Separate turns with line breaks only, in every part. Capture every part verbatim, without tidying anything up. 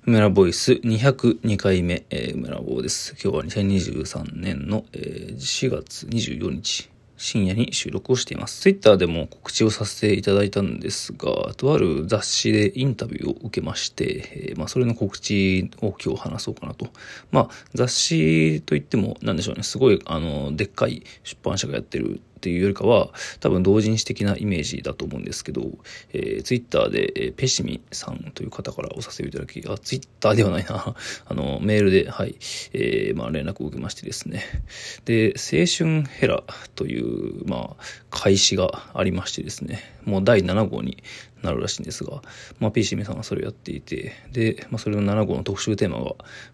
梅ラボイスにひゃくにかいめ、えー、梅ラボです。今日はにせんにじゅうさんねんの、えー、しがつにじゅうよっか深夜に収録をしています。ツイッターでも告知をさせていただいたんですが、とある雑誌でインタビューを受けまして、えー、まあそれの告知を今日話そうかなと。まあ雑誌といってもなんでしょうね、すごいあのでっかい出版社がやってるっていうよりかは多分同人誌的なイメージだと思うんですけど、えー、ツイッターで、えー、ペシミさんという方からお誘いいただき、あ、ツイッターではないな、あのメールで、はい、えー、まあ連絡を受けましてですね。で、青春ヘラというまあ開始がありましてですね、もうだいななごうになるらしいんですが、まあペシミさんがそれをやっていて、で、まあそれのななごうの特集テーマが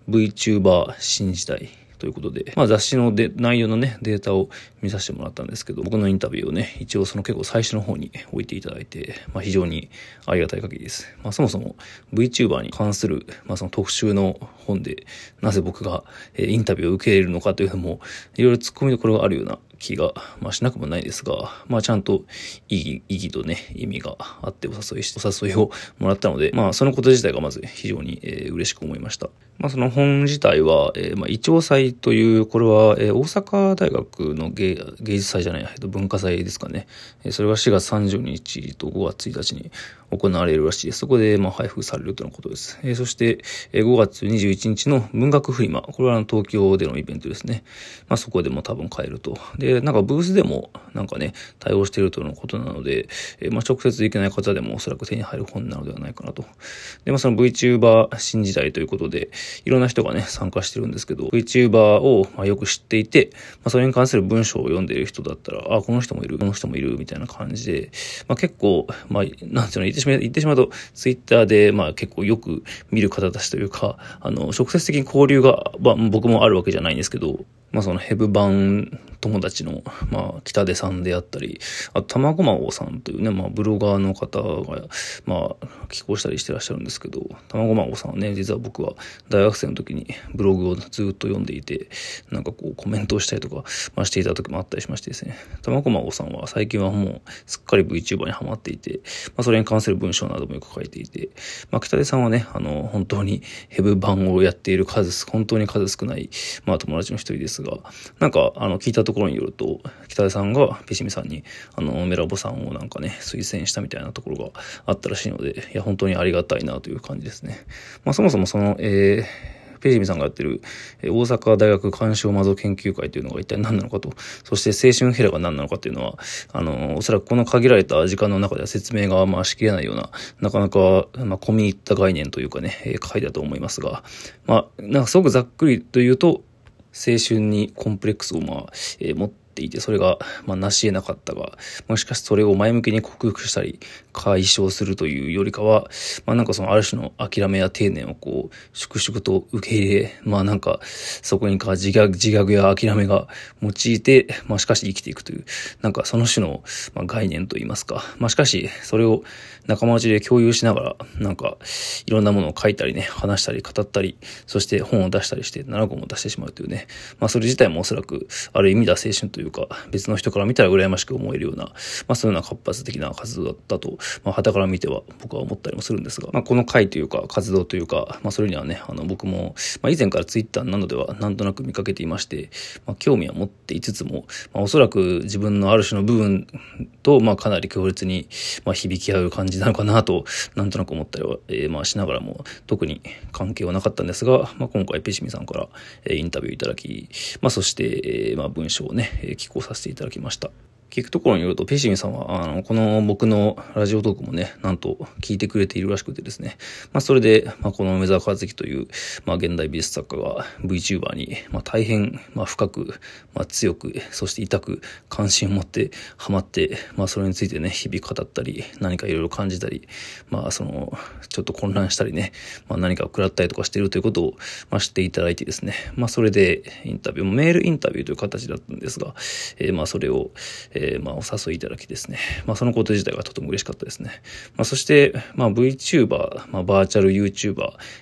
VTuber 新時代ということで、まあ雑誌ので内容のね、データを見させてもらったんですけど、僕のインタビューをね、一応その結構最初の方に置いていただいて、まあ非常にありがたい限りです。まあそもそも VTuber に関する、まあその特集の本で、なぜ僕がインタビューを受けれるのかというのも、いろいろ突っ込みどころがあるような気が、まあ、しなくもないですが、まあちゃんと意義、意義とね、意味があってお誘いし、お誘いをもらったので、まあそのこと自体がまず非常に、えー、嬉しく思いました。まあその本自体は、えー、まあイチョウ祭という、これは、えー、大阪大学の 芸, 芸術祭じゃない、えっと、文化祭ですかね。えー、それがしがつさんじゅうにちとごがつついたちに行われるらしいです。そこでまあ配布されるとのことです。えー、そして、えー、ごがつにじゅういちにちの文学フリマ、これはあの東京でのイベントですね。まあそこでも多分買えると。で、なんかブースでもなんかね、対応しているとのことなので、えー、まあ直接行けない方でもおそらく手に入る本なのではないかなと。で、まあその VTuber 新時代ということで、いろんな人がね、参加してるんですけど、VTuber をまあよく知っていて、まあそれに関する文章を読んでいる人だったら、あ、この人もいる、この人もいる、みたいな感じで、まあ結構、まあ、なんていうの、言ってしまう、言ってしまうと、Twitter でまあ結構よく見る方たちというか、あの、直接的に交流が、まあ僕もあるわけじゃないんですけど、まあそのヘブ版友達の、まあ北出さんであったり、あと玉子孫さんというね、まあブロガーの方が、まあ寄稿したりしてらっしゃるんですけど、玉子孫さんはね、実は僕は大学生の時にブログをずっと読んでいて、なんかこうコメントをしたりとか、まあしていた時もあったりしましてですね、玉子孫さんは最近はもうすっかり VTuber にハマっていて、まあそれに関する文章などもよく書いていて、まあ北出さんはね、あの、本当にヘブ版をやっている数、本当に数少ない、まあ友達の一人です。が、なんかあの聞いたところによると、北出さんがペシミさんにあのメラボさんをなんかね推薦したみたいなところがあったらしいので、いや本当にありがたいなという感じですね。まあそもそもその、えーペジミさんがやってる大阪大学鑑賞マゾ研究会というのが一体何なのかと、そして青春ヘラが何なのかというのは、あの、おそらくこの限られた時間の中では説明がまあしきれないような、なかなかまあ込み入った概念というかね、えー、回だと思いますが、まあ、なんかすごくざっくりというと、青春にコンプレックスをまあ、えー、持っていて、それがまあ成し得なかったが、もしかしそれを前向きに克服したり解消するというよりかは、まあなんかそのある種の諦めや定念をこう粛々と受け入れ、まあなんかそこにか自虐自虐や諦めが用いて、まあしかし生きていくという、なんかその種のまあ概念といいますか、まあしかしそれを仲間内で共有しながら、なんかいろんなものを書いたりね、話したり語ったり、そして本を出したりしてななごも出してしまうというね、まあそれ自体もおそらくある意味では青春というか、別の人から見たら羨ましく思えるような、まあそういうような活発的な活動だったと、まあ傍から見ては僕は思ったりもするんですが、まあこの会というか活動というか、まあそれにはね、あの僕も、まあ以前からツイッターなどではなんとなく見かけていまして、まあ興味は持っていつつも、まあおそらく自分のある種の部分と、まあかなり強烈に、まあ響き合う感じなのかなと、なんとなく思ったりは、えー、まあしながらも特に関係はなかったんですが、まあ今回ペシミさんから、えー、インタビューいただき、まあそして、えー、まあ文章をね、寄稿させていただきました。聞くところによると、ペシミさんは、あの、この僕のラジオトークもね、なんと聞いてくれているらしくてですね。まあ、それで、まあ、この梅沢和樹という、まあ、現代美術作家が VTuber に、まあ、大変、まあ、深く、まあ、強く、そして痛く関心を持ってハマって、まあ、それについてね、日々語ったり、何かいろいろ感じたり、まあ、その、ちょっと混乱したりね、まあ、何かを食らったりとかしているということを、まあ、知っていただいてですね。まあ、それでインタビュー、メールインタビューという形だったんですが、えー、まあ、それを、えー、まあ、お誘いいただきですね。まあ、そのこと自体がとても嬉しかったですね。まあ、そして、まあ、VTuber、まあ、バーチャル YouTuber、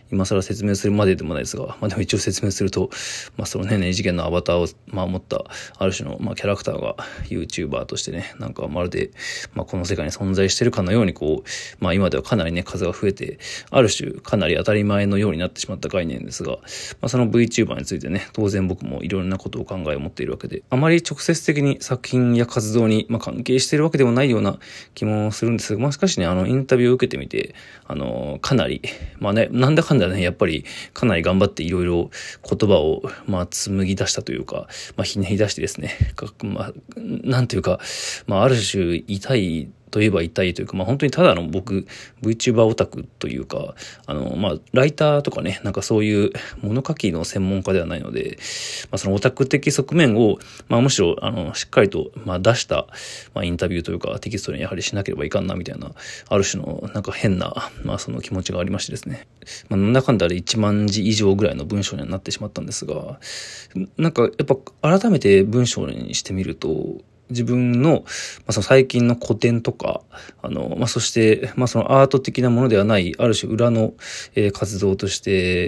今更説明するまででもないですが、まあでも一応説明すると、まあそのね、ね、異次元のアバターを、まあ持った、ある種の、まあキャラクターが YouTuber としてね、なんかまるで、まあこの世界に存在してるかのようにこう、まあ今ではかなりね、数が増えて、ある種かなり当たり前のようになってしまった概念ですが、まあその VTuber についてね、当然僕もいろんなことを考えを持っているわけで、あまり直接的に作品や活動に、まあ、関係しているわけでもないような気もするんですが、まあしかしね、あのインタビューを受けてみて、あのかなり、まあね、なんだかんだね、やっぱりかなり頑張っていろいろ言葉を、まあ紡ぎ出したというか、まあひねり出してですね、まあ、なんというか、まあある種痛いといえば痛いというか、まあ本当にただの僕 VTuber オタクというか、あのまあライターとかね、なんかそういう物書きの専門家ではないので、まあそのオタク的側面を、まあむしろあのしっかりとまあ出した、まあ、インタビューというかテキストにやはりしなければいかんなみたいな、ある種のなんか変な、まあその気持ちがありましてですね、まあなんだかんだでいちまんじ以上ぐらいの文章にはなってしまったんですが、なんかやっぱ改めて文章にしてみると、自分の、まあ、その最近の古典とか、あの、まあ、そして、まあ、そのアート的なものではない、ある種裏の、えー、活動として、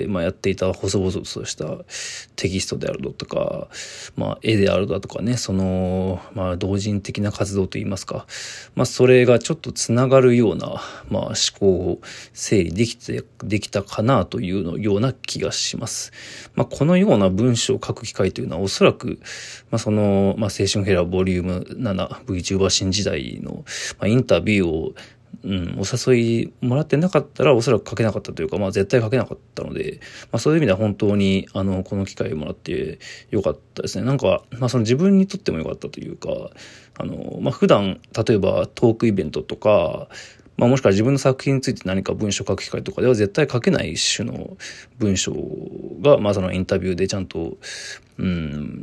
まあ、やっていた細々としたテキストであるとか、まあ、絵であるだとかね、その、まあ、同人的な活動といいますか、まあ、それがちょっとつながるような、まあ、思考を整理できて、できたかなというのような気がします。まあ、このような文章を書く機会というのは、おそらく、まあ、その、まあ、青春ヘラボリュームなな VTuber 新時代の、まあ、インタビューを、うん、お誘いもらってなかったらおそらく書けなかったというか、まあ絶対書けなかったので、まあそういう意味では本当にあのこの機会をもらってよかったですね。なんかまあその自分にとってもよかったというか、あのまあ普段例えばトークイベントとか、まあもしくは自分の作品について何か文章を書く機会とかでは絶対書けない種の文章が、まあそのインタビューでちゃんと、うん、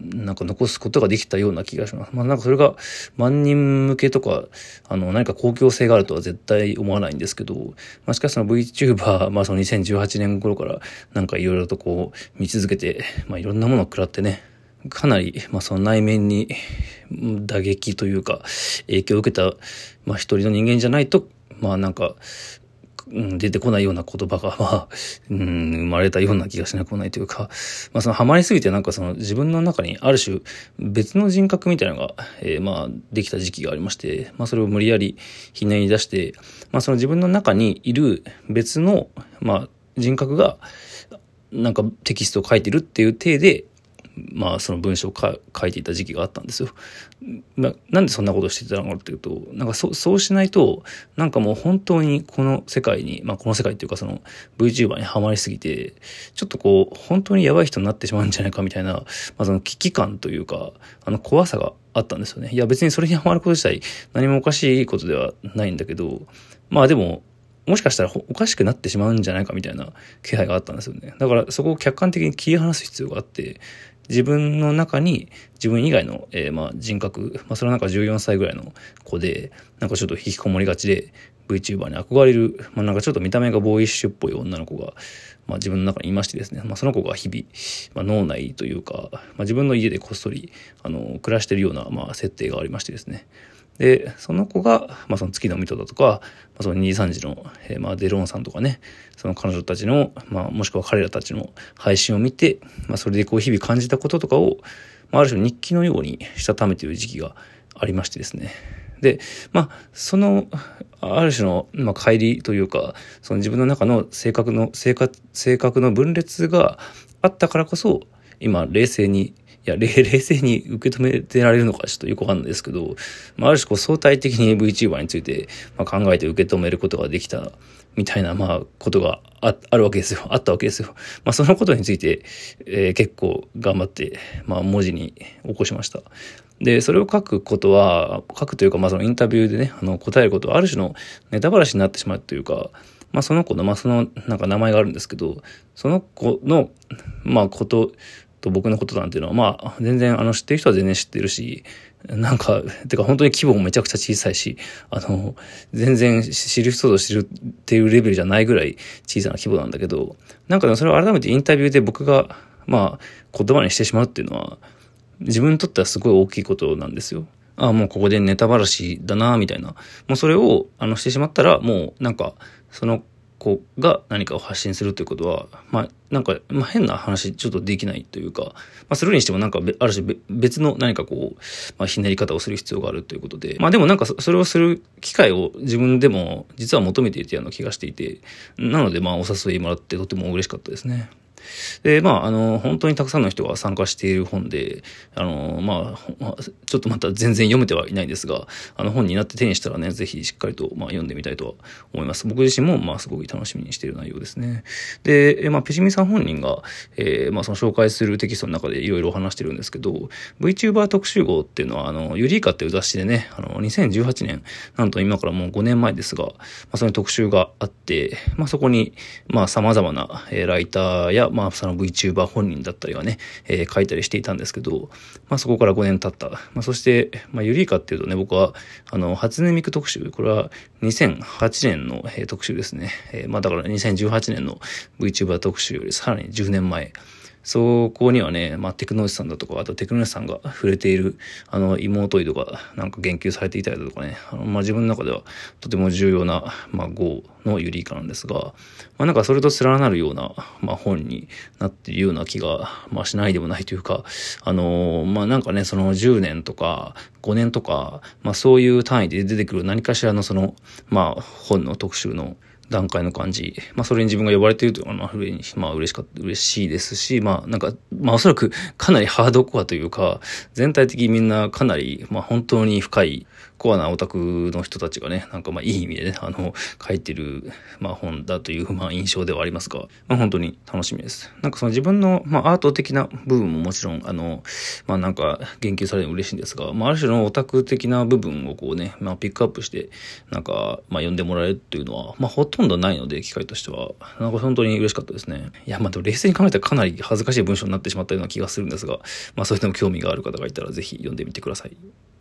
なんか残すことができたような気がします。まあなんかそれが万人向けとか、あの何か公共性があるとは絶対思わないんですけど、まあしかしその VTuber、まあそのにせんじゅうはちねん頃からなんかいろいろとこう見続けて、まあいろんなものを食らってね、かなり、まあ、その内面に打撃というか影響を受けた、まあ、一人の人間じゃないと、まあなんか、うん、出てこないような言葉が、まあ、うん、生まれたような気がしなくもないというか、まあそのハマりすぎてなんかその自分の中にある種別の人格みたいなのが、えー、まあできた時期がありまして、まあそれを無理やりひねり出して、まあその自分の中にいる別の、まあ人格がなんかテキストを書いてるっていう体で、まあその文章をか書いていた時期があったんですよ。な, なんでそんなことをしてたのかっていうと、なんか そ, そうしないとなんかもう本当にこの世界に、まあこの世界っていうかその VTuber にハマりすぎて、ちょっとこう本当にやばい人になってしまうんじゃないかみたいな、まあその危機感というか、あの怖さがあったんですよね。いや別にそれにハマること自体何もおかしいことではないんだけど、まあでももしかしたらおかしくなってしまうんじゃないかみたいな気配があったんですよね。だからそこを客観的に切り離す必要があって、自分の中に自分以外の、えー、まあ人格、まあそれはなんかじゅうよんさいぐらいの子で、なんかちょっと引きこもりがちで VTuber に憧れる、まあなんかちょっと見た目がボーイッシュっぽい女の子が、まあ自分の中にいましてですね、まあその子が日々、まあ脳内というか、まあ自分の家でこっそり、あの、暮らしてるような、まあ設定がありましてですね。で、その子が、まあその月の水戸だとか、まあそのにじさんじの、えー、まあデローンさんとかね、その彼女たちの、まあもしくは彼らたちの配信を見て、まあそれでこう日々感じたこととかを、まあある種日記のようにしたためている時期がありましてですね。で、まあその、ある種の、まあ乖離というか、その自分の中の性格の、性格、性格の分裂があったからこそ、今冷静に、いや、冷静に受け止めてられるのかちょっとよくわかんないですけど、まあ、ある種こう相対的に VTuber について、まあ、考えて受け止めることができたみたいな、まあ、ことが あ, あるわけですよ。あったわけですよ。まあ、そのことについて、えー、結構頑張って、まあ、文字に起こしました。で、それを書くことは、書くというか、まあ、そのインタビューでね、あの、答えることはある種のネタばらしになってしまうというか、まあ、その子の、まあ、その、なんか名前があるんですけど、その子の、まあ、こと、と僕のことなんていうのはまあ全然あの知ってる人は全然知ってるし、なんかてか本当に規模もめちゃくちゃ小さいし、あの全然知る人ぞ知るっていうレベルじゃないぐらい小さな規模なんだけど、なんかそれを改めてインタビューで僕がまあ言葉にしてしまうっていうのは自分にとってはすごい大きいことなんですよ。ああもうここでネタばらしだなみたいな、もうそれをあのしてしまったらもうなんかその子が何かを発信するということは、まあ、なんか、まあ、変な話ちょっとできないというか、まあ、するにしてもなんか、ある種別の何かこう、まあ、ひねり方をする必要があるということで、まあでもなんかそれをする機会を自分でも実は求めていたような気がしていて、なのでまあお誘いもらってとても嬉しかったですね。で、まあ、あの、本当にたくさんの人が参加している本で、あの、まあ、ちょっとまた全然読めてはいないんですが、あの本になって手にしたらね、ぜひしっかりと、まあ、読んでみたいとは思います。僕自身も、まあ、すごく楽しみにしている内容ですね。で、まあ、ペチミさん本人が、えー、まあ、その紹介するテキストの中でいろいろ話してるんですけど、VTuber 特集号っていうのは、あの、ユリイカっていう雑誌でね、あの、にせんじゅうはちねん、なんと今からもうごねんまえですが、まあ、その特集があって、まあ、そこに、まあ、様々な、えー、ライターや、まあ、その VTuber 本人だったりはね、えー、書いたりしていたんですけど、まあそこからごねん経った。まあそして、まあユリイカっていうとね、僕は、あの、初音ミク特集、これはにせんはちねんの、えー、特集ですね。えー、まあだからにせんじゅうはちねんの VTuber 特集よりさらにじゅうねんまえ。そこにはね、まあ、テクノーシさんだとか、あとテクノーシさんが触れている、あの、妹井戸がなんか言及されていたりだとかね、あの、まあ、自分の中ではとても重要な、まあ、号のユリイカなんですが、まあ、なんかそれと連なるような、まあ、本になっているような気が、まあ、しないでもないというか、あの、まあ、なんかね、そのじゅうねんとかごねんとか、まあ、そういう単位で出てくる何かしらのその、まあ、本の特集の段階の感じ。まあ、それに自分が呼ばれているというのは、まあ、嬉しかった、嬉しいですし、まあ、なんか、まあ、おそらくかなりハードコアというか、全体的にみんなかなり、まあ、本当に深い、コアなオタクの人たちがね、なんかまあいい意味でね、あの、書いてる、まあ本だという、まあ印象ではありますが、まあ本当に楽しみです。なんかその自分の、まあアート的な部分ももちろん、あの、まあなんか言及されるの嬉しいんですが、まあある種のオタク的な部分をこうね、まあピックアップして、なんか、まあ読んでもらえるっていうのは、まあほとんどないので、機会としては、なんか本当に嬉しかったですね。いや、まあでも冷静に考えたらかなり恥ずかしい文章になってしまったような気がするんですが、まあそういうのも興味がある方がいたらぜひ読んでみてください。